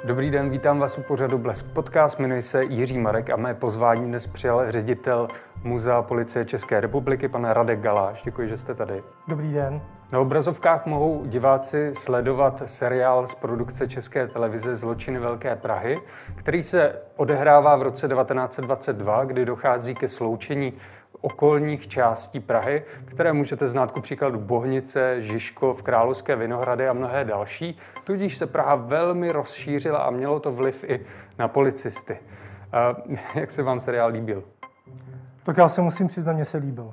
Dobrý den, vítám vás u pořadu Blesk Podcast, jmenuji se Jiří Marek a mé pozvání dnes přijal ředitel Muzea Policie České republiky, pan Radek Galáš. Děkuji, že jste tady. Dobrý den. Na obrazovkách mohou diváci sledovat seriál z produkce České televize Zločiny Velké Prahy, který se odehrává v roce 1922, kdy dochází ke sloučení okolních částí Prahy, které můžete znát ku příkladu Bohnice, Žižkov, Královské Vinohrady a mnohé další. Tudíž se Praha velmi rozšířila a mělo to vliv i na policisty. Jak se vám seriál líbil? Tak já se musím přiznat, mně se líbil.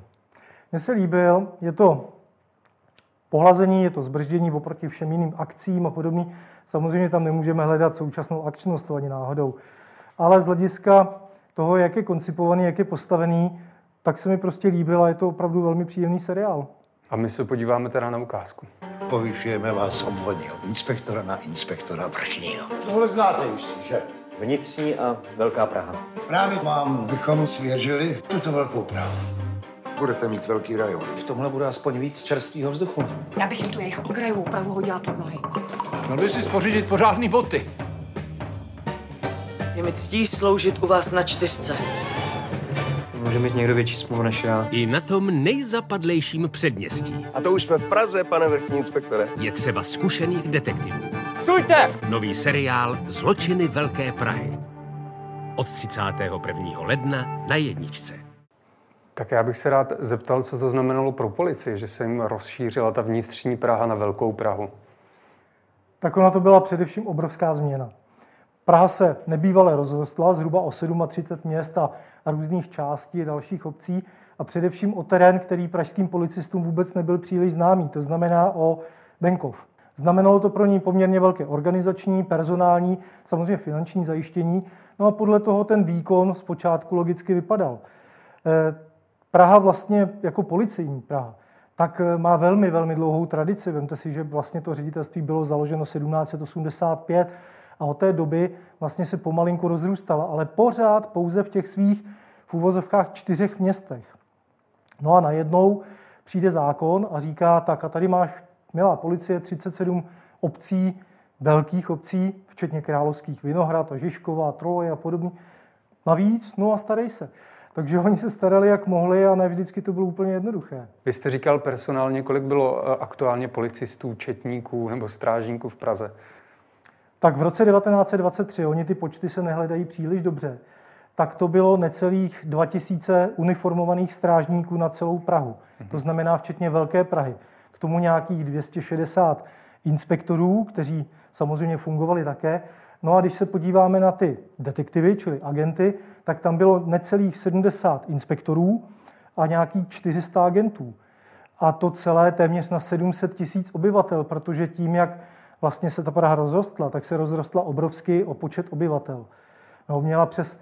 Je to pohlazení, je to zbrždění oproti všem jiným akcím a podobně. Samozřejmě tam nemůžeme hledat současnou akčnost, to ani náhodou. Ale z hlediska toho, jak je koncipovaný, jak je postavený, tak se mi prostě líbil a je to opravdu velmi příjemný seriál. A my se podíváme teda na ukázku. Povyšujeme vás obvodního inspektora na inspektora vrchního. Tohle znáte jistě, že? Vnitřní a Velká Praha. Právě vám bychom svěřili tuto Velkou Prahu. Budete mít velký rajon. V tomhle bude aspoň víc čerstvého vzduchu. Já bych jim tu jejich okrajovou Prahu hodila pod nohy. Měl by si spořídit pořádný boty. Je mi ctí sloužit u vás na 4. Může mít někdo větší smlouvu než já. I na tom nejzapadlejším předměstí A to už jsme v Praze, pane vrchní inspektore. je třeba zkušených detektivů. Stůjte! Nový seriál Zločiny Velké Prahy. Od 31. ledna na Jedničce. Tak já bych se rád zeptal, co to znamenalo pro policii, že se jim rozšířila ta vnitřní Praha na Velkou Prahu. Tak ona to byla především obrovská změna. Praha se nebývale rozrostla zhruba o 37 měst a různých částí a dalších obcí a především o terén, který pražským policistům vůbec nebyl příliš známý, to znamená o venkov. Znamenalo to pro ní poměrně velké organizační, personální, samozřejmě finanční zajištění, no a podle toho ten výkon zpočátku logicky vypadal. Praha vlastně jako policejní Praha, tak má velmi, velmi dlouhou tradici. Vemte si, že vlastně to ředitelství bylo založeno 1785 a od té doby vlastně se pomalinku rozrůstala, ale pořád pouze v těch svých v uvozovkách 4 městech. No a najednou přijde zákon a říká, tak a tady máš, milá policie, 37 obcí, velkých obcí, včetně Královských Vinohrad a Žižkova, Troje a podobně. Navíc, no a starej se. Takže oni se starali, jak mohli a ne vždycky to bylo úplně jednoduché. Vy jste říkal personálně, kolik bylo aktuálně policistů, četníků nebo strážníků v Praze? Tak v roce 1923, oni ty počty se nehledají příliš dobře, tak to bylo necelých 2000 uniformovaných strážníků na celou Prahu. To znamená včetně Velké Prahy. K tomu nějakých 260 inspektorů, kteří samozřejmě fungovali také. No a když se podíváme na ty detektivy, čili agenty, tak tam bylo necelých 70 inspektorů a nějakých 400 agentů. A to celé téměř na 700 000 obyvatel, protože tím, jak vlastně se ta Praha rozrostla, tak se rozrostla obrovsky o počet obyvatel. No, měla přes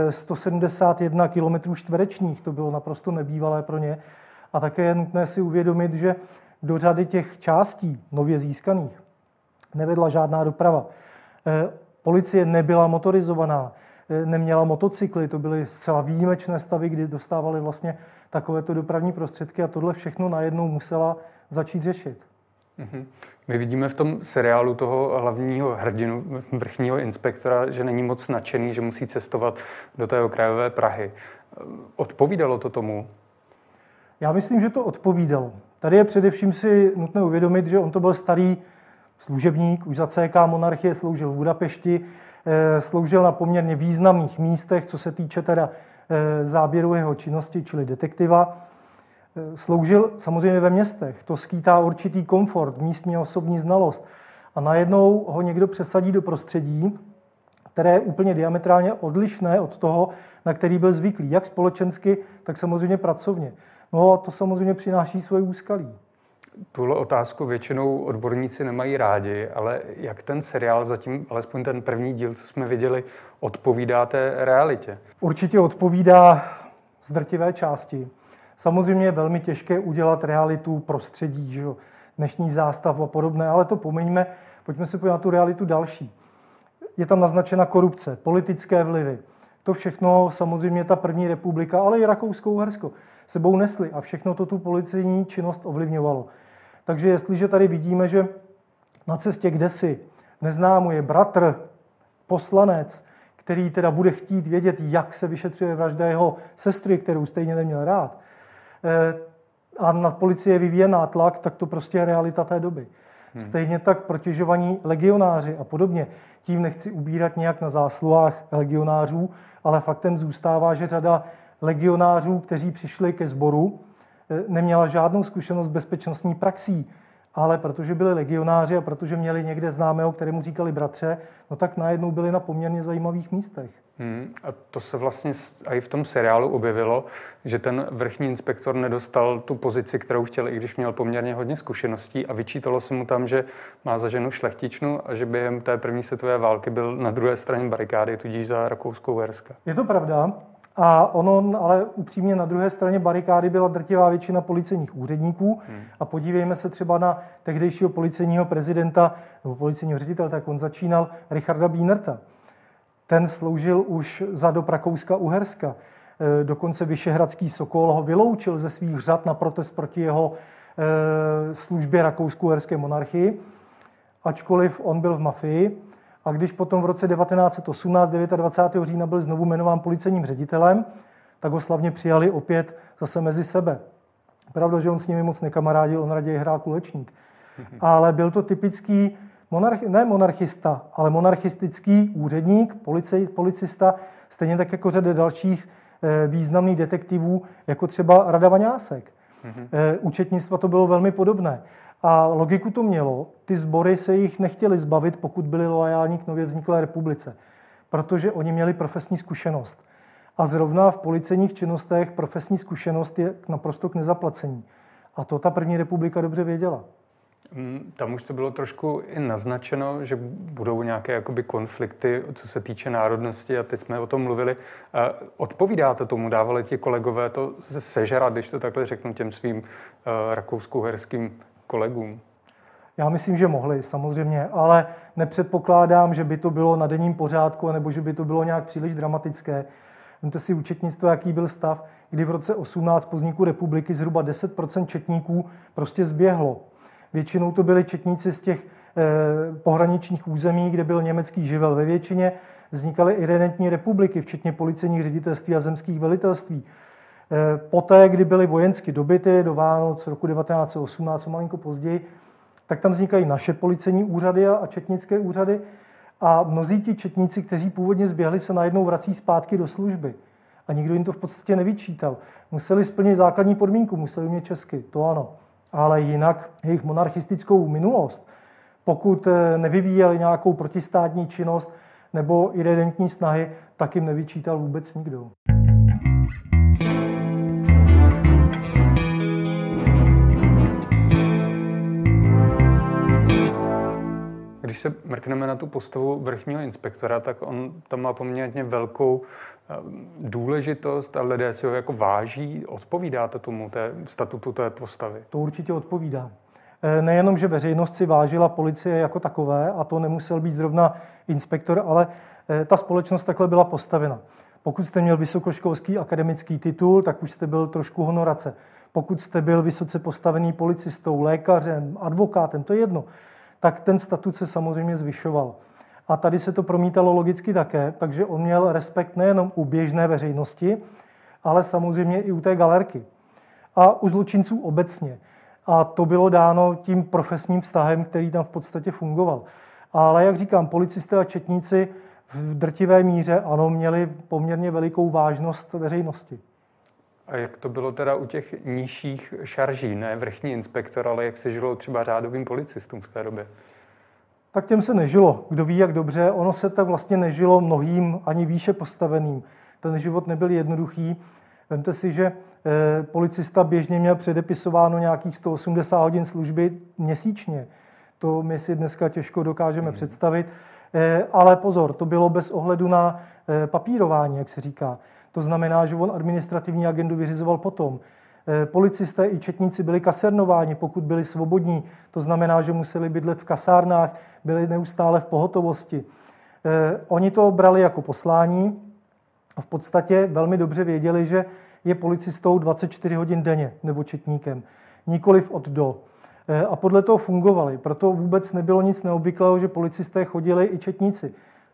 171 km čtverečních, to bylo naprosto nebývalé pro ně. A také je nutné si uvědomit, že do řady těch částí nově získaných nevedla žádná doprava. Policie nebyla motorizovaná, neměla motocykly, to byly zcela výjimečné stavy, kdy dostávali vlastně takovéto dopravní prostředky a tohle všechno najednou musela začít řešit. My vidíme v tom seriálu toho hlavního hrdinu, vrchního inspektora, že není moc nadšený, že musí cestovat do té okrajové Prahy. Odpovídalo to tomu? Já myslím, že to odpovídalo. Tady je především si nutné uvědomit, že on to byl starý služebník, už za CK monarchie sloužil v Budapešti, sloužil na poměrně významných místech, co se týče teda záběru jeho činnosti, čili detektiva. Sloužil samozřejmě ve městech, to skýtá určitý komfort, místní osobní znalost. A najednou ho někdo přesadí do prostředí, které je úplně diametrálně odlišné od toho, na který byl zvyklý, jak společensky, tak samozřejmě pracovně. No a to samozřejmě přináší svoje úskalí. Tuhle otázku většinou odborníci nemají rádi, ale jak ten seriál zatím, alespoň ten první díl, co jsme viděli, odpovídá té realitě? Určitě odpovídá z drtivé části. Samozřejmě je velmi těžké udělat realitu prostředí, že jo? Dnešní zástav a podobné, ale to pomeňme, pojďme se podívat na tu realitu další. Je tam naznačena korupce, politické vlivy. To všechno samozřejmě ta první republika, ale i Rakousko-Uhersko sebou nesly a všechno to tu policejní činnost ovlivňovalo. Takže jestliže tady vidíme, že na cestě kdesi neznámu je bratr poslanec, který teda bude chtít vědět, jak se vyšetřuje vražda jeho sestry, kterou stejně neměl rád, a na policii je vyvíjen nátlak, tak to prostě je realita té doby. Stejně tak protěžovaní legionáři a podobně. Tím nechci ubírat nějak na zásluhách legionářů, ale faktem zůstává, že řada legionářů, kteří přišli ke sboru, neměla žádnou zkušenost s bezpečnostní praxí, ale protože byli legionáři a protože měli někde známého, kterému říkali bratře, no tak najednou byli na poměrně zajímavých místech. A to se vlastně i v tom seriálu objevilo, že ten vrchní inspektor nedostal tu pozici, kterou chtěl, i když měl poměrně hodně zkušeností, a vyčítalo se mu tam, že má za ženu šlechtičnu a že během té první světové války byl na druhé straně barikády, tudíž za Rakouskou-Uherska. Je to pravda. A ono, ale upřímně na druhé straně barikády byla drtivá většina policejních úředníků. A podívejme se třeba na tehdejšího policejního prezidenta nebo policejního ředitele, tak on začínal, Richarda Bienerta. Ten sloužil už za dob Rakouska-Uherska. Dokonce Vyšehradský Sokol ho vyloučil ze svých řad na protest proti jeho službě Rakousko-Uherské monarchii, ačkoliv on byl v mafii. A když potom v roce 1918, 29. října, byl znovu jmenován policejním ředitelem, tak ho slavně přijali opět zase mezi sebe. Pravda, že on s nimi moc nekamarádil, on raději hrál kulečník. Ale byl to typický ne monarchista, ale monarchistický úředník, policista, stejně tak jako řada dalších významných detektivů, jako třeba Rada Vaňásek. Účetnictva to bylo velmi podobné. A logiku to mělo, ty sbory se jich nechtěli zbavit, pokud byli loajální k nově vzniklé republice, protože oni měli profesní zkušenost. A zrovna v policejních činnostech profesní zkušenost je naprosto k nezaplacení. A to ta první republika dobře věděla. Tam už to bylo trošku i naznačeno, že budou nějaké jakoby konflikty, co se týče národnosti, a teď jsme o tom mluvili. Odpovídá to tomu? Dávali ti kolegové to sežrat, když to takhle řeknu, těm svým rakousko-uherským kolegům? Já myslím, že mohli, samozřejmě, ale nepředpokládám, že by to bylo na denním pořádku, nebo že by to bylo nějak příliš dramatické. Vemte si účetnictvo, jaký byl stav, kdy v roce 18 po vzniku republiky zhruba 10% četníků prostě zběhlo. Většinou to byli četníci z těch pohraničních území, kde byl německý živel. Ve většině vznikaly irredentní republiky, včetně policejních ředitelství a zemských velitelství. Poté, kdy byly vojensky dobyty do Vánoc roku 1918, malinko později, tak tam vznikají naše policejní úřady a četnické úřady. A mnozí ti četníci, kteří původně zběhli, se najednou vrací zpátky do služby. A nikdo jim to v podstatě nevyčítal. Museli splnit základní podmínku, museli umět česky, to ano. Ale jinak jejich monarchistickou minulost, pokud nevyvíjeli nějakou protistátní činnost nebo irredentní snahy, tak jim nevyčítal vůbec nikdo. Když se mrkneme na tu postavu vrchního inspektora, tak on tam má poměrně velkou důležitost a lidé si ho jako váží. Odpovídá to tomu statutu té postavy? To určitě odpovídá. Nejenom, že veřejnost si vážila policie jako takové, a to nemusel být zrovna inspektor, ale ta společnost takhle byla postavena. Pokud jste měl vysokoškolský akademický titul, tak už jste byl trošku honorace. Pokud jste byl vysoce postavený policistou, lékařem, advokátem, to je jedno, tak ten statut se samozřejmě zvyšoval. A tady se to promítalo logicky také, takže on měl respekt nejenom u běžné veřejnosti, ale samozřejmě i u té galerky. A u zločinců obecně. A to bylo dáno tím profesním vztahem, který tam v podstatě fungoval. Ale jak říkám, policisté a četníci v drtivé míře, ano, měli poměrně velikou vážnost veřejnosti. A jak to bylo teda u těch nižších šarží, ne vrchní inspektor, ale jak se žilo třeba řádovým policistům v té době? Tak těm se nežilo. Kdo ví, jak dobře. Ono se tak vlastně nežilo mnohým ani výše postaveným. Ten život nebyl jednoduchý. Vemte si, že policista běžně měl předepisováno nějakých 180 hodin služby měsíčně. To my si dneska těžko dokážeme představit. Ale pozor, to bylo bez ohledu na papírování, jak se říká. To znamená, že on administrativní agendu vyřizoval potom. Policisté i četníci byli kasernováni, pokud byli svobodní. To znamená, že museli bydlet v kasárnách, byli neustále v pohotovosti. Oni to brali jako poslání a v podstatě velmi dobře věděli, že je policistou 24 hodin denně nebo četníkem, nikoliv od do. A podle toho fungovali. Proto vůbec nebylo nic neobvyklého, že policisté chodili i četníci.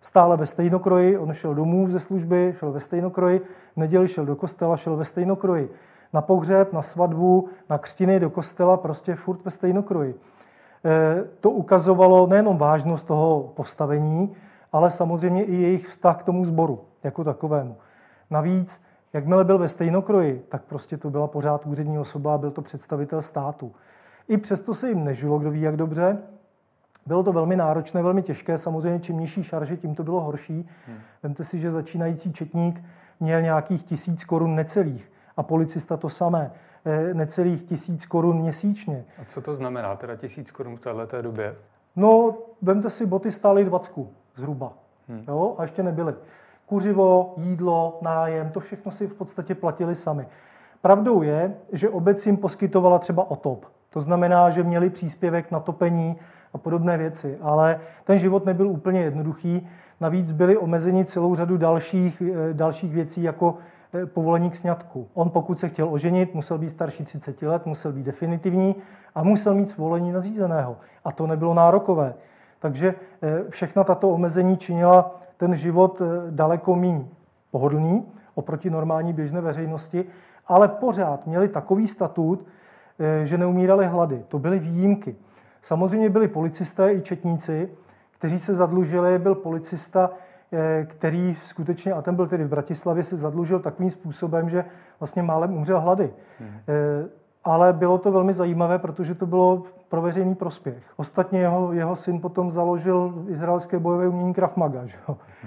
Stále ve stejnokroji, on šel domů ze služby, šel ve stejnokroji, v neděli šel do kostela, šel ve stejnokroji. Na pohřeb, na svatbu, na křtiny, do kostela, prostě furt ve stejnokroji. To ukazovalo nejenom vážnost toho postavení, ale samozřejmě i jejich vztah k tomu sboru jako takovému. Navíc, jakmile byl ve stejnokroji, tak prostě to byla pořád úřední osoba a byl to představitel státu. I přesto se jim nežilo, kdo ví jak dobře. Bylo to velmi náročné, velmi těžké. Samozřejmě čím nižší šarže, tím to bylo horší. Vemte si, že začínající četník měl nějakých 1000 korun necelých a policista to samé. Necelých 1000 korun měsíčně. A co to znamená, teda 1000 korun v této době? No, vemte si, boty stály 20 zhruba. Jo? A ještě nebyly. Kuřivo, jídlo, nájem, to všechno si v podstatě platili sami. Pravdou je, že obec jim poskytovala třeba otop. To znamená, že měli příspěvek na topení a podobné věci. Ale ten život nebyl úplně jednoduchý. Navíc byli omezeni celou řadu dalších věcí, jako povolení k sňatku. On, pokud se chtěl oženit, musel být starší 30 let, musel být definitivní a musel mít svolení nadřízeného. A to nebylo nárokové. Takže všechna tato omezení činila ten život daleko méně pohodlný oproti normální běžné veřejnosti, ale pořád měli takový statut, že neumírali hlady. To byly výjimky. Samozřejmě byli policisté i četníci, kteří se zadlužili. Byl policista, který skutečně, a ten byl tedy v Bratislavě, se zadlužil takovým způsobem, že vlastně málem umřel hlady. Ale bylo to velmi zajímavé, protože to bylo pro veřejný prospěch. Ostatně jeho syn potom založil izraelské bojové umění Krav Maga. Že?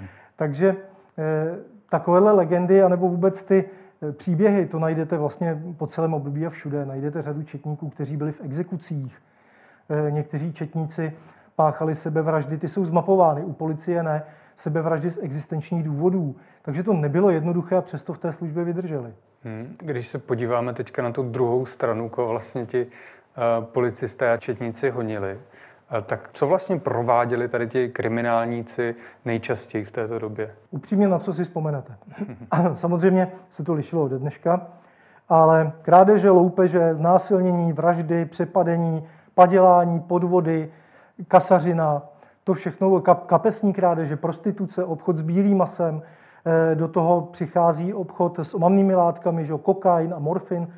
Takže takovéhle legendy, anebo vůbec ty příběhy, to najdete vlastně po celém období a všude. Najdete řadu četníků, kteří byli v exekucích. Někteří četníci páchali sebevraždy, ty jsou zmapovány, u policie ne, sebevraždy z existenčních důvodů. Takže to nebylo jednoduché a přesto v té službě vydrželi. Když se podíváme teďka na tu druhou stranu, koho vlastně ti policisté a četníci honili, tak co vlastně prováděli tady ti kriminálníci nejčastěji v této době? Upřímně, na co si vzpomenete? Samozřejmě se to lišilo od dneška, ale krádeže, loupeže, znásilnění, vraždy, přepadení, padělání, podvody, kasařina, to všechno, kapesní krádeže, prostituce, obchod s bílým masem, do toho přichází obchod s omamnými látkami, že, kokain a morfin.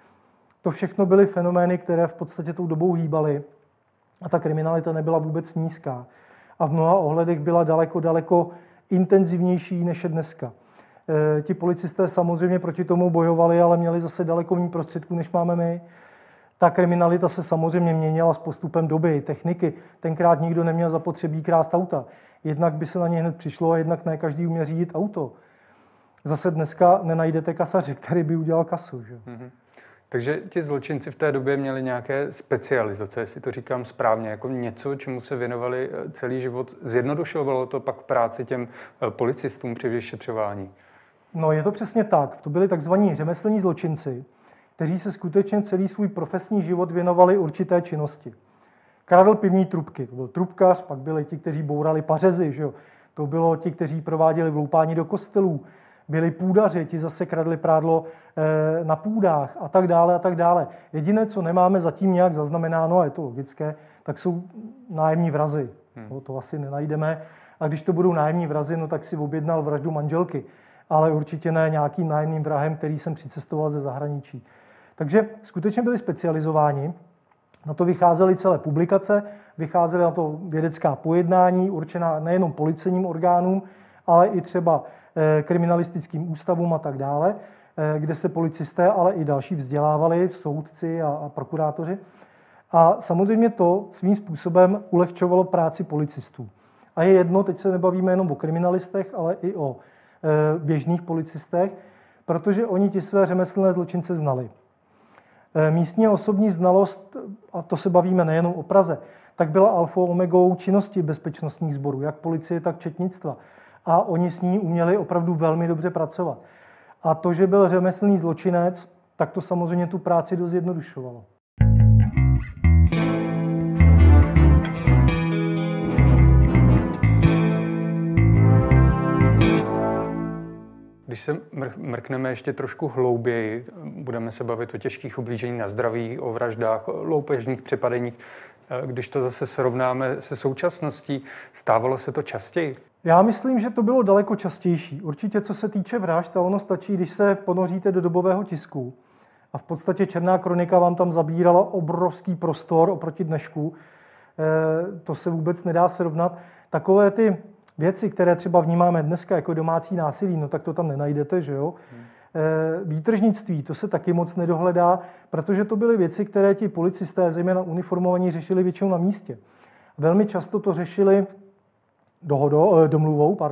To všechno byly fenomény, které v podstatě tou dobou hýbaly a ta kriminalita nebyla vůbec nízká. A v mnoha ohledech byla daleko intenzivnější než je dneska. Ti policisté samozřejmě proti tomu bojovali, ale měli zase daleko méně prostředků, než máme my. Ta kriminalita se samozřejmě měnila s postupem doby, techniky. Tenkrát nikdo neměl zapotřebí krást auta. Jednak by se na ně hned přišlo a jednak ne každý uměl řídit auto. Zase dneska nenajdete kasaře, který by udělal kasu. Že? Takže ti zločinci v té době měli nějaké specializace, jestli to říkám správně, jako něco, čemu se věnovali celý život. Zjednodušovalo to pak práci těm policistům při vyšetřování? No, je to přesně tak. To byli takzvaní řemeslní zločinci, kteří se skutečně celý svůj profesní život věnovali určité činnosti. Kradl pivní trubky, to byl trubkař, pak byli ti, kteří bourali pařezy, že jo? To bylo ti, kteří prováděli vloupání do kostelů, byli půdaři, ti zase kradli prádlo na půdách a tak dále a tak dále. Jediné, co nemáme zatím nějak zaznamenáno, a je to logické, tak jsou nájemní vrazi. To asi nenajdeme. A když to budou nájemní vrazi, no tak si objednal vraždu manželky. Ale určitě ne nějakým nájemným vrahem, který jsem přicestoval ze zahraničí. Takže skutečně byli specializováni. Na to vycházely celé publikace, vycházely na to vědecká pojednání, určená nejenom policejním orgánům, ale i třeba kriminalistickým ústavům a tak dále, kde se policisté, ale i další vzdělávali, soudci a prokurátoři. A samozřejmě to svým způsobem ulehčovalo práci policistů. A je jedno, teď se nebavíme jenom o kriminalistech, ale i o běžných policistech, protože oni ti své řemeslné zločince znali. Místní osobní znalost, a to se bavíme nejenom o Praze, tak byla alfou omegou činnosti bezpečnostních sborů, jak policie, tak četnictva. A oni s ní uměli opravdu velmi dobře pracovat. A to, že byl řemeslný zločinec, tak to samozřejmě tu práci dost zjednodušovalo. Když se mrkneme ještě trošku hlouběji, budeme se bavit o těžkých ublížení na zdraví, o vraždách, o loupežných přepadeních. Když to zase srovnáme se současností, stávalo se to častěji? Já myslím, že to bylo daleko častější. Určitě, co se týče vražd, a ono stačí, když se ponoříte do dobového tisku. A v podstatě Černá kronika vám tam zabírala obrovský prostor oproti dnešku. To se vůbec nedá srovnat. Takové ty věci, které třeba vnímáme dneska jako domácí násilí, no tak to tam nenajdete, že jo? Výtržnictví, to se taky moc nedohledá, protože to byly věci, které ti policisté, zejména uniformovaní, řešili většinou na místě. Velmi často to řešili domluvou,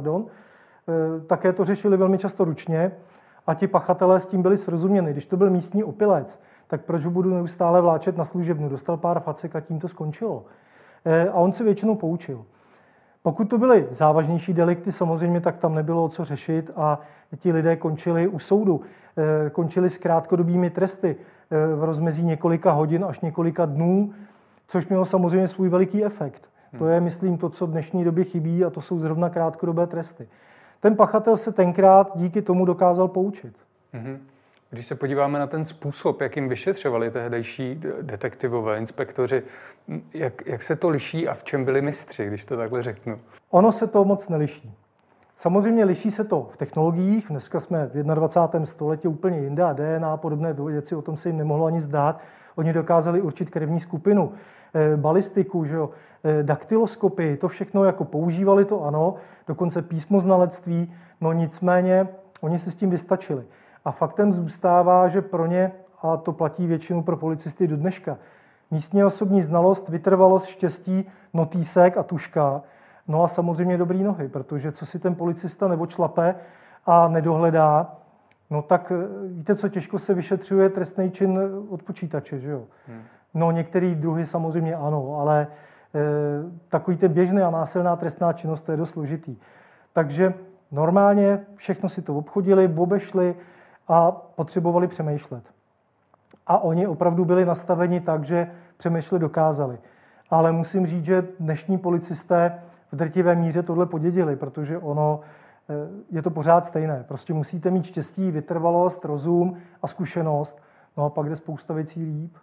také to řešili velmi často ručně a ti pachatelé s tím byli srozuměni. Když to byl místní opilec, tak proč ho budu neustále vláčet na služebnu? Dostal pár facek a tím to skončilo. A on se většinou poučil. Pokud to byly závažnější delikty, samozřejmě, tak tam nebylo co řešit a ti lidé končili u soudu. Končili s krátkodobými tresty v rozmezí několika hodin až několika dnů, což mělo samozřejmě svůj veliký efekt. To je, myslím, to, co v dnešní době chybí, a to jsou zrovna krátkodobé tresty. Ten pachatel se tenkrát díky tomu dokázal poučit. Když se podíváme na ten způsob, jakým vyšetřovali tehdejší detektivové, inspektoři, jak se to liší a v čem byli mistři, když to takhle řeknu? Ono se to moc neliší. Samozřejmě liší se to v technologiích. Dneska jsme v 21. století úplně jinde a DNA a podobné věci, o tom se jim nemohlo ani zdát. Oni dokázali určit krevní skupinu, balistiku, že jo, daktyloskopy, to všechno jako používali, to ano, dokonce písmoznalectví, no nicméně oni se s tím vystačili. A faktem zůstává, že pro ně, a to platí většinou pro policisty do dneška, místní osobní znalost, vytrvalost, štěstí, notýsek a tuška, no a samozřejmě dobrý nohy, protože co si ten policista neodšlape a nedohledá, no tak víte, co těžko se vyšetřuje trestný čin od počítače, že jo? No některý druhy samozřejmě ano, ale takový ty běžný a násilná trestná činnost, to je dost složitý. Takže normálně všechno si to obchodili, obešli a potřebovali přemýšlet. A oni opravdu byli nastaveni tak, že přemýšlet dokázali. Ale musím říct, že dnešní policisté v drtivé míře tohle podědili, protože ono je to pořád stejné. Prostě musíte mít štěstí, vytrvalost, rozum a zkušenost. No a pak jde spousta věcí líp.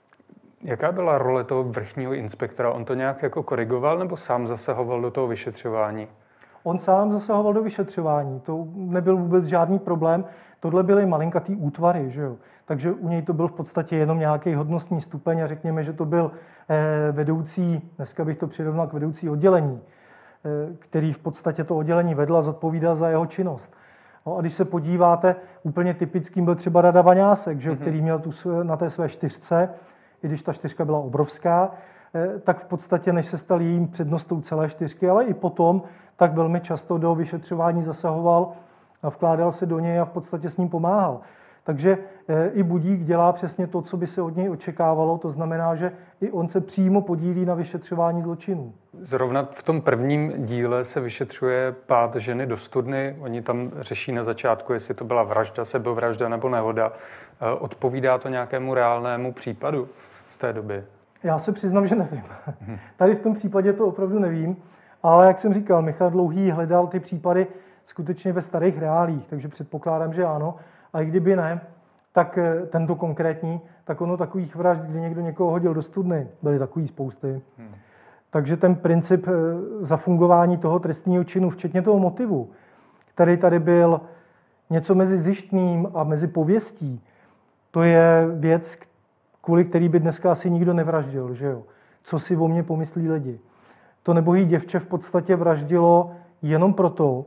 Jaká byla role toho vrchního inspektora? On to nějak jako korigoval nebo sám zasahoval do toho vyšetřování? On sám zasahoval do vyšetřování. To nebyl vůbec žádný problém. Tohle byly malinkatý útvary, že jo? Takže u něj to byl v podstatě jenom nějaký hodnostní stupeň a řekněme, že to byl vedoucí, dneska bych to přirovnal k vedoucí oddělení, který v podstatě to oddělení vedl a zodpovídal za jeho činnost. No a když se podíváte, úplně typickým byl třeba Rada Vaňásek, že jo, který měl na té své 4, i když ta 4 byla obrovská, tak v podstatě, než se stal jejím přednostou celé 4, ale i potom, tak velmi často do vyšetřování zasahoval a vkládal se do něj a v podstatě s ním pomáhal. Takže i Budík dělá přesně to, co by se od něj očekávalo, to znamená, že i on se přímo podílí na vyšetřování zločinů. Zrovna v tom prvním díle se vyšetřuje pád ženy do studny. Oni tam řeší na začátku, jestli to byla vražda, sebevražda nebo nehoda. Odpovídá to nějakému reálnému případu z té doby? Já se přiznám, že nevím. Tady v tom případě to opravdu nevím, ale jak jsem říkal, Michal Dlouhý hledal ty případy skutečně ve starých reálích, takže předpokládám, že ano. A i kdyby ne, tak tento konkrétní, tak ono takových vražd, kdy někdo někoho hodil do studny, byly takový spousty. Takže ten princip zafungování toho trestního činu, včetně toho motivu, který tady byl něco mezi zjištným a mezi pověstí, to je věc, kvůli který by dneska asi nikdo nevraždil, že jo? Co si o mě pomyslí lidi. To nebohý děvče v podstatě vraždilo jenom proto,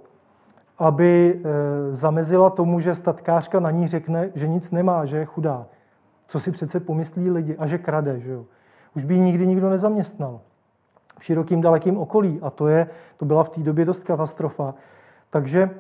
aby zamezila tomu, že statkářka na ní řekne, že nic nemá, že je chudá. Co si přece pomyslí lidi a že krade, že jo? Už by ji nikdy nikdo nezaměstnal v širokým dalekým okolí a to byla v té době dost katastrofa. Takže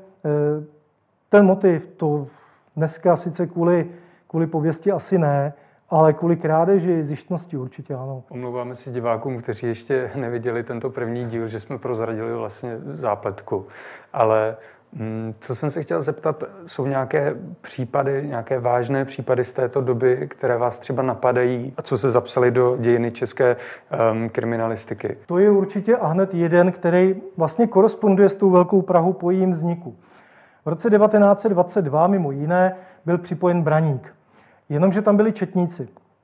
ten motiv, to dneska sice kvůli pověsti asi ne, ale kvůli krádeži, zjištnosti určitě ano. Omlouváme si divákům, kteří ještě neviděli tento první díl, že jsme prozradili vlastně zápletku. Ale co jsem se chtěl zeptat, jsou nějaké případy, nějaké vážné případy z této doby, které vás třeba napadají a co se zapsaly do dějiny české kriminalistiky? To je určitě a hned jeden, který vlastně koresponduje s tou Velkou Prahu po jejím vzniku. V roce 1922 mimo jiné byl připojen Braník, jenomže tam byli četníci.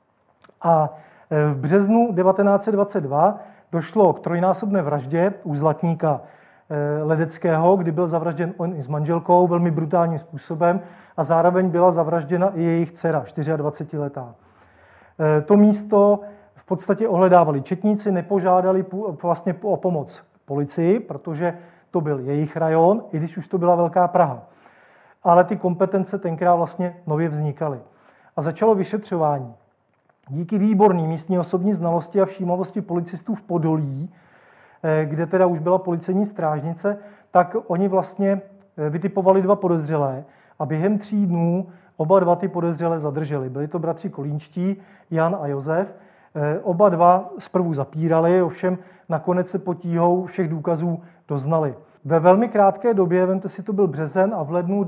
A v březnu 1922 došlo k trojnásobné vraždě u Zlatníka. Ledeckého, kdy byl zavražděn on i s manželkou velmi brutálním způsobem a zároveň byla zavražděna i jejich dcera, 24letá. To místo v podstatě ohledávali četníci, nepožádali vlastně o pomoc policii, protože to byl jejich rajon, i když už to byla Velká Praha. Ale ty kompetence tenkrát vlastně nově vznikaly. A začalo vyšetřování. Díky výborné místní osobní znalosti a všímavosti policistů v Podolí, kde teda už byla policejní strážnice, tak oni vlastně vytipovali 2 podezřelé a během 3 dnů oba 2 ty podezřelé zadrželi. Byli to bratři Kolínští, Jan a Josef. Oba 2 zprvu zapírali, ovšem nakonec se potíhou všech důkazů doznali. Ve velmi krátké době, vemte si, to byl březen a v lednu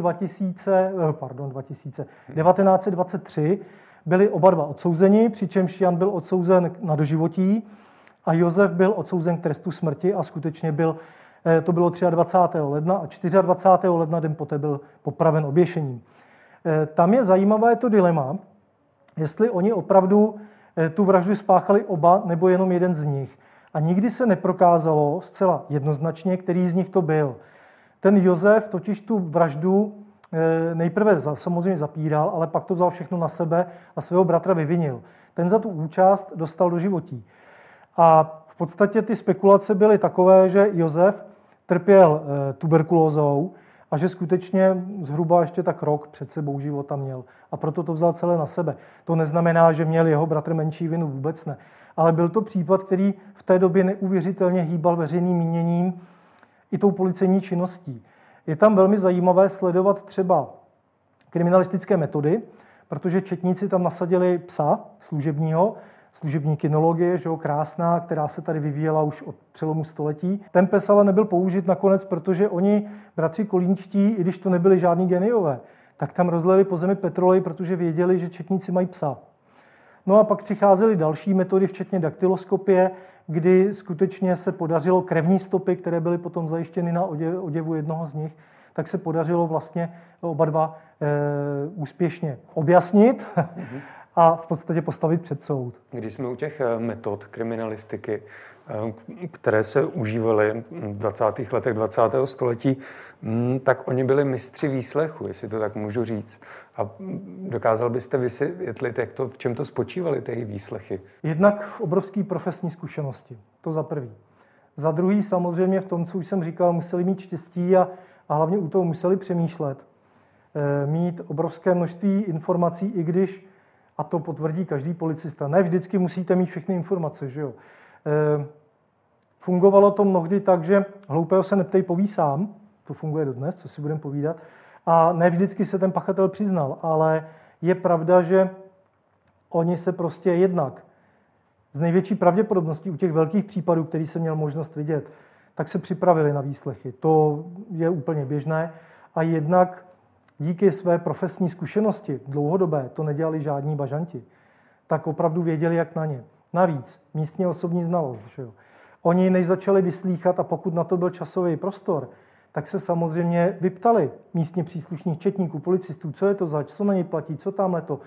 1923 byli oba 2 odsouzeni, přičemž Jan byl odsouzen na doživotí a Josef byl odsouzen k trestu smrti a skutečně to bylo 23. ledna a 24. ledna den poté byl popraven oběšením. Tam je zajímavé to dilema, jestli oni opravdu tu vraždu spáchali oba nebo jenom jeden z nich. A nikdy se neprokázalo zcela jednoznačně, který z nich to byl. Ten Josef totiž tu vraždu nejprve samozřejmě zapíral, ale pak to vzal všechno na sebe a svého bratra vyvinil. Ten za tu účast dostal doživotí. A v podstatě ty spekulace byly takové, že Josef trpěl tuberkulózou a že skutečně zhruba ještě tak rok před sebou života měl. A proto to vzal celé na sebe. To neznamená, že měl jeho bratr menší vinu, vůbec ne. Ale byl to případ, který v té době neuvěřitelně hýbal veřejným míněním i tou policejní činností. Je tam velmi zajímavé sledovat třeba kriminalistické metody, protože četníci tam nasadili psa služebního, služební kynologie, že jo, krásná, která se tady vyvíjela už od přelomu století. Ten pes ale nebyl použit nakonec, protože oni, bratři Kolínští, i když to nebyli žádní geniové, tak tam rozlili po zemi petrolej, protože věděli, že četníci mají psa. No a pak přicházely další metody, včetně daktyloskopie, kdy skutečně se podařilo krevní stopy, které byly potom zajištěny na oděvu jednoho z nich, tak se podařilo vlastně oba 2 úspěšně objasnit a v podstatě postavit před soud. Když jsme u těch metod kriminalistiky, které se užívaly v 20. letech 20. století, tak oni byli mistři výslechu, jestli to tak můžu říct. A dokázal byste vysvětlit, v čem to spočívaly ty výslechy? Jednak v obrovské profesní zkušenosti, to za prvý. Za druhý samozřejmě v tom, co už jsem říkal, museli mít štěstí a hlavně u toho museli přemýšlet. Mít obrovské množství informací, i když, a to potvrdí každý policista, ne vždycky musíte mít všechny informace, že jo. Fungovalo to mnohdy tak, že hloupého se neptej, poví sám, to funguje dodnes, co si budeme povídat, a ne vždycky se ten pachatel přiznal, ale je pravda, že oni se prostě jednak z největší pravděpodobností u těch velkých případů, který jsem měl možnost vidět, tak se připravili na výslechy. To je úplně běžné. A jednak díky své profesní zkušenosti dlouhodobé, to nedělali žádní bažanti, tak opravdu věděli, jak na ně. Navíc místní osobní znalost. Že jo. Oni než začali vyslýchat a pokud na to byl časový prostor, tak se samozřejmě vyptali místně příslušných četníků, policistů, co je to zač, co na ně platí, co tamhle to.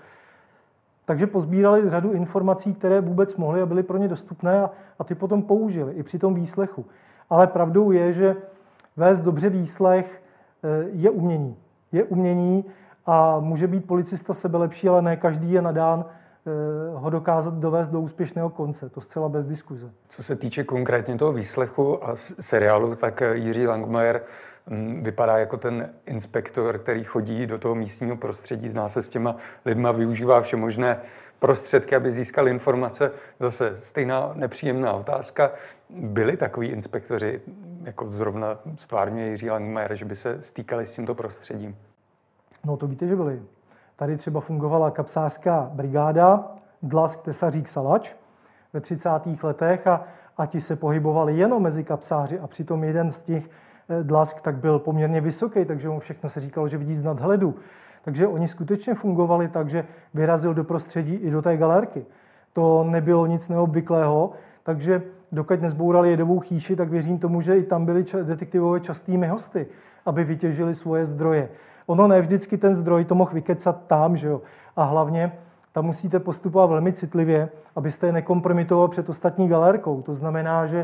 Takže pozbírali řadu informací, které vůbec mohly a byly pro ně dostupné a ty potom použili i při tom výslechu. Ale pravdou je, že vést dobře výslech je umění. Je umění a může být policista sebelepší, ale ne každý je nadán ho dokázat dovést do úspěšného konce. To zcela bez diskuze. Co se týče konkrétně toho výslechu a seriálu, tak Jiří Langmajer vypadá jako ten inspektor, který chodí do toho místního prostředí, zná se s těma lidma, využívá všemožné prostředky, aby získal informace. Zase stejná nepříjemná otázka. Byli takoví inspektoři, jako zrovna stvárňuje Jiří Langmajer, že by se stýkali s tímto prostředím? No to víte, že byli. Tady třeba fungovala kapsářská brigáda Dlask, Tesařík, Salač ve 30. letech a ti se pohybovali jenom mezi kapsáři a přitom jeden z těch Dlask tak byl poměrně vysoký, takže mu všechno se říkalo, že vidí z nadhledu. Takže oni skutečně fungovali tak, že vyrazil do prostředí i do té galérky. To nebylo nic neobvyklého, takže dokud nezbourali jedovou chýši, tak věřím tomu, že i tam byli detektivové častými hosty, aby vytěžili svoje zdroje. Ono ne vždycky ten zdroj to mohl vykecat tam, že jo. A hlavně tam musíte postupovat velmi citlivě, abyste je nekompromitoval před ostatní galérkou. To znamená, že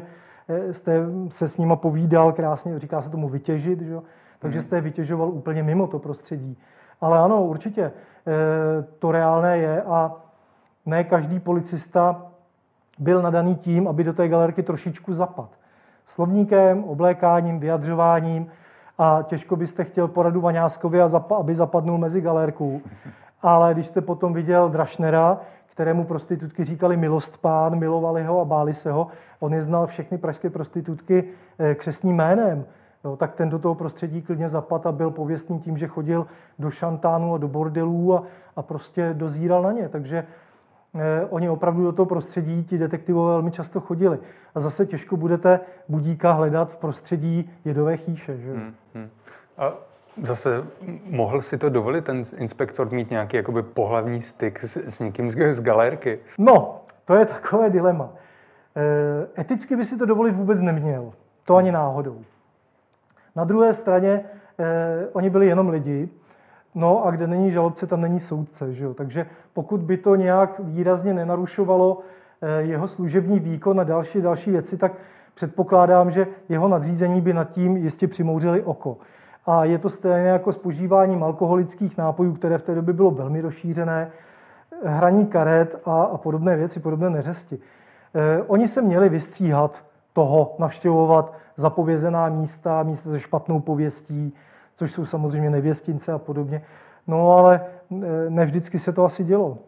jste se s nima povídal krásně, říká se tomu vytěžit, že? Takže jste je vytěžoval úplně mimo to prostředí. Ale ano, určitě to reálné je a ne každý policista byl nadaný tím, aby do té galerky trošičku zapadl. Slovníkem, oblékáním, vyjadřováním a těžko byste chtěl poradu Vaňáskovi, aby zapadnul mezi galérku. Ale když jste potom viděl Drašnera, kterému prostitutky říkali milostpán, milovali ho a báli se ho, on je znal všechny pražské prostitutky křestním jménem, jo, tak ten do toho prostředí klidně zapadl a byl pověstný tím, že chodil do šantánu a do bordelů a prostě dozíral na ně. Takže oni opravdu do toho prostředí, ti detektivové velmi často chodili. A zase těžko budete Budíka hledat v prostředí Jedové chýše. Že? A zase mohl si to dovolit ten inspektor mít nějaký jakoby pohlavní styk s někým z galérky? No, to je takové dilema. Eticky by si to dovolit vůbec neměl. To ani náhodou. Na druhé straně oni byli jenom lidi, no a kde není žalobce, tam není soudce. Že jo? Takže pokud by to nějak výrazně nenarušovalo jeho služební výkon a další věci, tak předpokládám, že jeho nadřízení by nad tím jistě přimouřili oko. A je to stejné jako s požíváním alkoholických nápojů, které v té době bylo velmi rozšířené, hraní karet a podobné věci, podobné neřesti. Oni se měli vystříhat toho, navštěvovat zapovězená místa se špatnou pověstí, což jsou samozřejmě nevěstince a podobně. No ale ne vždycky se to asi dělo.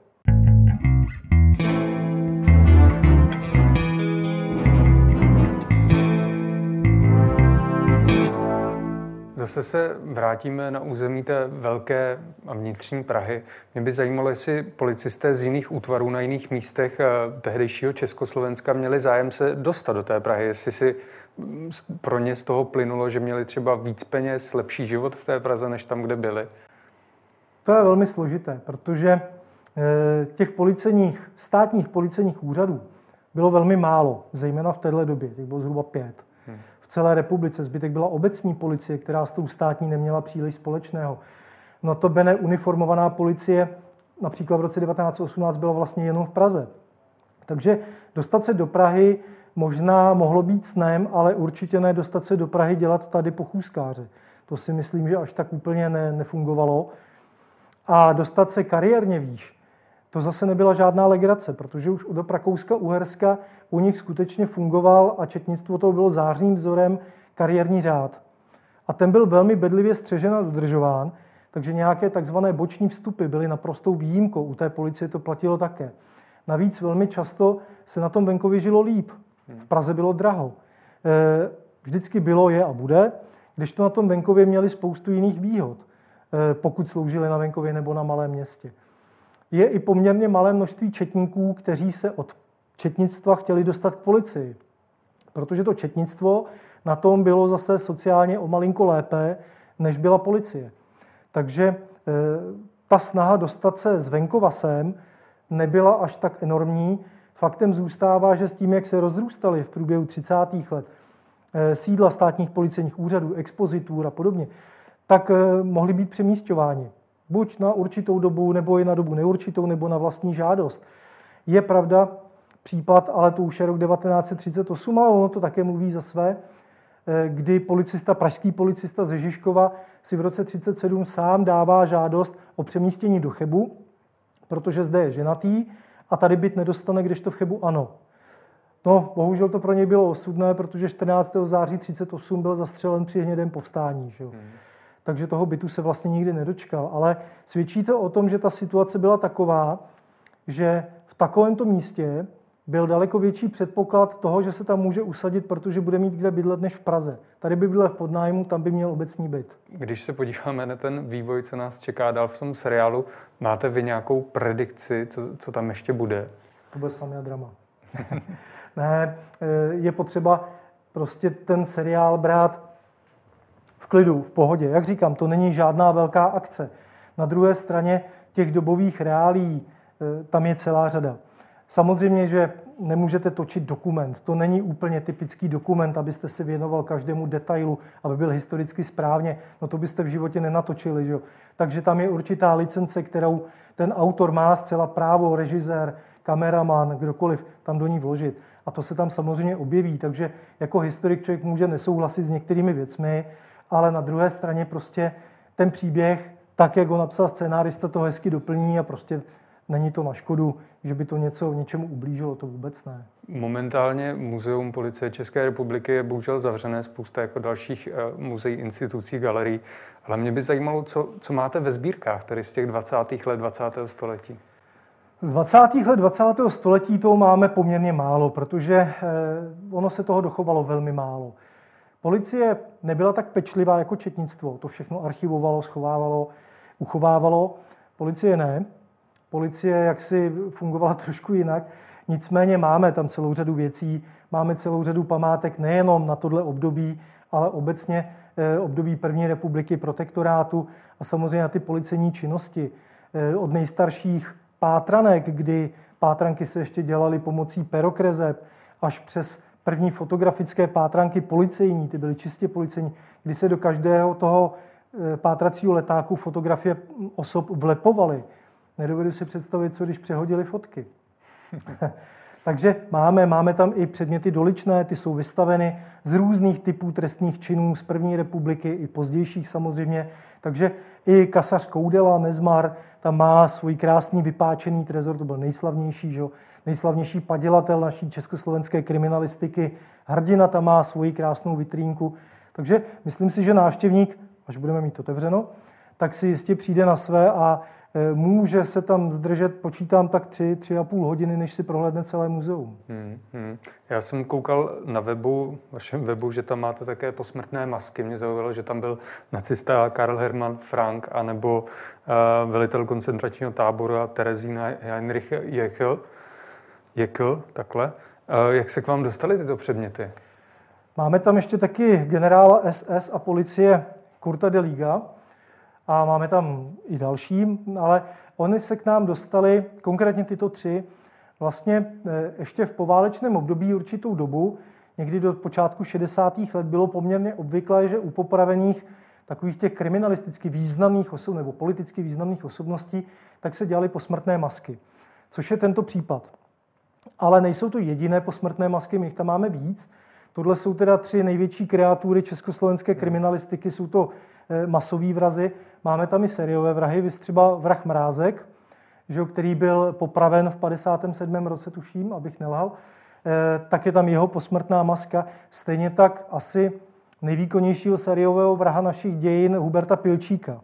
Zase se vrátíme na území té velké a vnitřní Prahy. Mě by zajímalo, jestli policisté z jiných útvarů na jiných místech tehdejšího Československa měli zájem se dostat do té Prahy. Jestli si pro ně z toho plynulo, že měli třeba víc peněz, lepší život v té Praze, než tam, kde byli? To je velmi složité, protože těch státních policejních úřadů bylo velmi málo, zejména v téhle době, těch bylo zhruba 5. V celé republice zbytek byla obecní policie, která s tou státní neměla příliš společného. Notabene uniformovaná policie například v roce 1918 byla vlastně jenom v Praze. Takže dostat se do Prahy možná mohlo být snem, ale určitě ne dostat se do Prahy dělat tady pochůzkáře. To si myslím, že až tak úplně nefungovalo. A dostat se kariérně výš, to zase nebyla žádná legrace, protože už od Rakouska-Uherska u nich skutečně fungoval a četnictvo toho bylo zářným vzorem kariérní řád. A ten byl velmi bedlivě střežen a dodržován, takže nějaké takzvané boční vstupy byly naprostou výjimkou. U té policie to platilo také. Navíc velmi často se na tom venkově žilo líp. V Praze bylo draho. Vždycky bylo, je a bude, když to na tom venkově měli spoustu jiných výhod, pokud sloužili na venkově nebo na malém městě. Je i poměrně malé množství četníků, kteří se od četnictva chtěli dostat k policii. Protože to četnictvo na tom bylo zase sociálně o malinko lépe, než byla policie. Takže ta snaha dostat se z venkova sem nebyla až tak enormní. Faktem zůstává, že s tím, jak se rozrůstaly v průběhu 30. let sídla státních policejních úřadů, expozitur a podobně, tak mohli být přemísťováni. Buď na určitou dobu, nebo i na dobu neurčitou, nebo na vlastní žádost. Je pravda případ, ale to už je rok 1938, ale ono to také mluví za své, kdy pražský policista ze Žižkova si v roce 1937 sám dává žádost o přemístění do Chebu, protože zde je ženatý a tady byt nedostane, kdežto v Chebu ano. No, bohužel to pro něj bylo osudné, protože 14. září 1938 byl zastřelen při hnědém povstání. Že? Takže toho bytu se vlastně nikdy nedočkal. Ale svědčí to o tom, že ta situace byla taková, že v takovémto místě byl daleko větší předpoklad toho, že se tam může usadit, protože bude mít kde bydlet než v Praze. Tady by bydlel v podnájmu, tam by měl obecní byt. Když se podíváme na ten vývoj, co nás čeká dál v tom seriálu, máte vy nějakou predikci, co tam ještě bude? To bude samé drama. Ne, je potřeba prostě ten seriál brát v klidu, v pohodě. Jak říkám, to není žádná velká akce. Na druhé straně těch dobových reálií tam je celá řada. Samozřejmě, že nemůžete točit dokument. To není úplně typický dokument, abyste se věnoval každému detailu, aby byl historicky správně. No to byste v životě nenatočili. Že? Takže tam je určitá licence, kterou ten autor má zcela právo, režisér, kameraman, kdokoliv tam do ní vložit. A A to se tam samozřejmě objeví, takže jako historik člověk může nesouhlasit s některými věcmi, ale na druhé straně prostě ten příběh, tak jak ho napsal scénárista, to hezky doplní a prostě není to na škodu, že by to něčemu ublížilo, to vůbec ne. Momentálně Muzeum Policie České republiky je bohužel zavřené, spousta jako dalších muzeí, institucí, galerií, ale mě by zajímalo, co máte ve sbírkách, tedy z těch 20. let 20. století. Z 20. let 20. století toho máme poměrně málo, protože ono se toho dochovalo velmi málo. Policie nebyla tak pečlivá jako četnictvo, to všechno archivovalo, schovávalo, uchovávalo. Policie ne. Policie jaksi fungovala trošku jinak, nicméně máme tam celou řadu věcí, máme celou řadu památek nejenom na tohle období, ale obecně období první republiky, protektorátu a samozřejmě na ty policejní činnosti. Od nejstarších pátranek, kdy pátranky se ještě dělaly pomocí perokreseb, až přes první fotografické pátranky policejní, ty byly čistě policejní, kdy se do každého toho pátracího letáku fotografie osob vlepovaly. Nedovedu si představit, co když přehodili fotky. Takže máme tam i předměty doličné, ty jsou vystaveny z různých typů trestných činů z první republiky i pozdějších samozřejmě. Takže i kasař Koudela, Nezmar, tam má svůj krásný vypáčený trezor, to byl nejslavnější, že? Nejslavnější padělatel naší československé kriminalistiky. Hrdina tam má svoji krásnou vitrínku. Takže myslím si, že návštěvník, až budeme mít otevřeno, tak si jistě přijde na své a může se tam zdržet, počítám tak 3,5 hodiny, než si prohlédne celé muzeum. Já jsem koukal na vašem webu, že tam máte také posmrtné masky. Mě zaujalo, že tam byl nacista Karl Hermann Frank anebo velitel koncentračního tábora Terezína Heinrich Jekl, takhle. Jak se k vám dostaly tyto předměty? Máme tam ještě taky generála SS a policie Kurta de Liga, a máme tam i další, ale oni se k nám dostali, konkrétně tyto 3, vlastně ještě v poválečném období určitou dobu, někdy do počátku 60. let bylo poměrně obvyklé, že u popravených takových těch kriminalisticky významných osob nebo politicky významných osobností, tak se dělaly posmrtné masky, což je tento případ. Ale nejsou to jediné posmrtné masky, my jich tam máme víc. Tohle jsou teda 3 největší kreatury československé kriminalistiky, jsou to masoví vrazi. Máme tam i sériové vrahy, viz třeba vrah Mrázek, že, který byl popraven v 57. roce, tuším, abych nelhal. Tak je tam jeho posmrtná maska. Stejně tak asi nejvýkonnějšího sériového vraha našich dějin Huberta Pilčíka,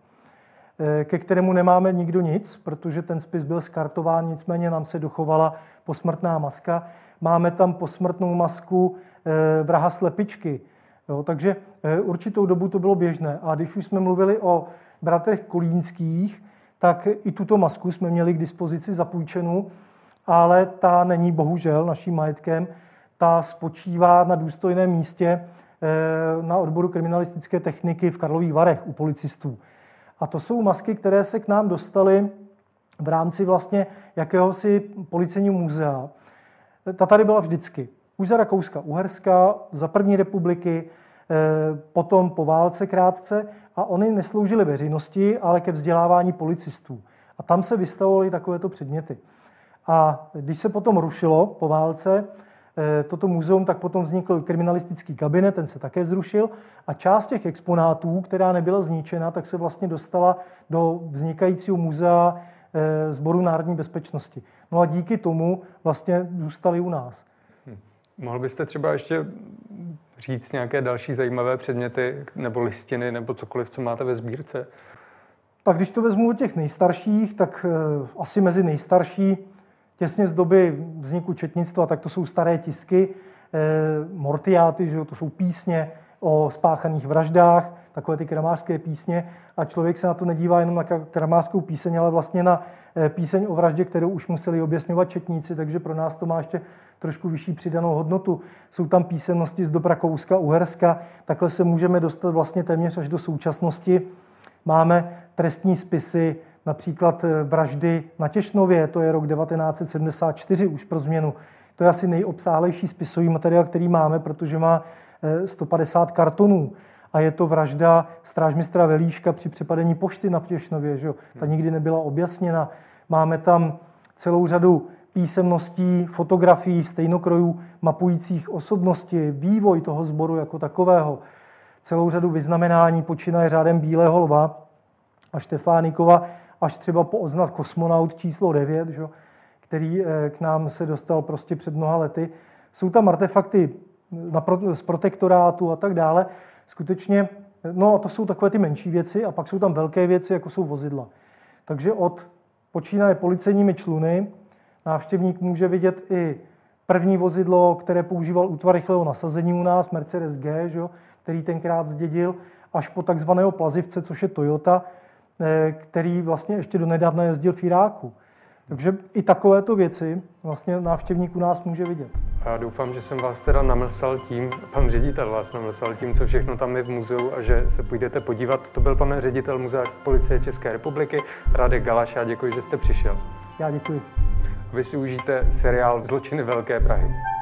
ke kterému nemáme nikdo nic, protože ten spis byl skartován, nicméně nám se dochovala posmrtná maska. Máme tam posmrtnou masku vraha Slepičky. Jo, takže určitou dobu to bylo běžné. A když už jsme mluvili o bratrech Kolínských, tak i tuto masku jsme měli k dispozici zapůjčenou, ale ta není bohužel naším majetkem. Ta spočívá na důstojném místě na odboru kriminalistické techniky v Karlových Varech u policistů. A to jsou masky, které se k nám dostaly v rámci vlastně jakéhosi policejního muzea. Ta tady byla vždycky. Už za Rakouska-Uherska, za první republiky, potom po válce krátce a oni nesloužily veřejnosti, ale ke vzdělávání policistů. A tam se vystavovaly takovéto předměty. A když se potom rušilo po válce toto muzeum, tak potom vznikl kriminalistický kabinet, ten se také zrušil a část těch exponátů, která nebyla zničena, tak se vlastně dostala do vznikajícího muzea Sboru národní bezpečnosti. No a díky tomu vlastně zůstaly u nás. Mohl byste třeba ještě říct nějaké další zajímavé předměty nebo listiny nebo cokoliv, co máte ve sbírce? Tak když to vezmu od těch nejstarších, tak asi mezi nejstarší, těsně z doby vzniku četnictva, tak to jsou staré tisky, mortiáty, že jo, to jsou písně o spáchaných vraždách, takové ty kramářské písně a člověk se na to nedívá jenom na kramářskou píseň, ale vlastně na píseň o vraždě, kterou už museli objasňovat četníci, takže pro nás to má ještě trošku vyšší přidanou hodnotu. Jsou tam písemnosti z dob Rakouska, Uherska, takhle se můžeme dostat vlastně téměř až do současnosti. Máme trestní spisy, například vraždy na Těšnově, to je rok 1974 už pro změnu. To je asi nejobsáhlejší spisový materiál, který máme, protože má 150 kartonů. A je to vražda strážmistra Velíška při přepadení pošty na Těšnově. Že jo? Ta nikdy nebyla objasněna. Máme tam celou řadu písemností, fotografií, stejnokrojů mapujících osobnosti, vývoj toho sboru jako takového, celou řadu vyznamenání, počínaje řádem Bílého lva a Štefánikova, až třeba po odznak Kosmonaut číslo 9, že, který k nám se dostal prostě před mnoha lety. Jsou tam artefakty z protektorátu a tak dále. Skutečně, no a to jsou takové ty menší věci a pak jsou tam velké věci, jako jsou vozidla. Takže počínaje policejními čluny návštěvník může vidět i první vozidlo, které používal útvar rychlého nasazení u nás, Mercedes G, že, který tenkrát zdědil, až po takzvaného plazivce, což je Toyota, který vlastně ještě donedávna jezdil v Iráku. Takže i takovéto věci vlastně návštěvník u nás může vidět. Já doufám, že jsem vás teda namlsal tím, pan ředitel vás namlsal tím, co všechno tam je v muzeu a že se půjdete podívat. To byl pan ředitel Muzea Policie České republiky, Radek Galaš. Já děkuji, že jste přišel. Já děkuji. Vy si užijte seriál Zločiny Velké Prahy.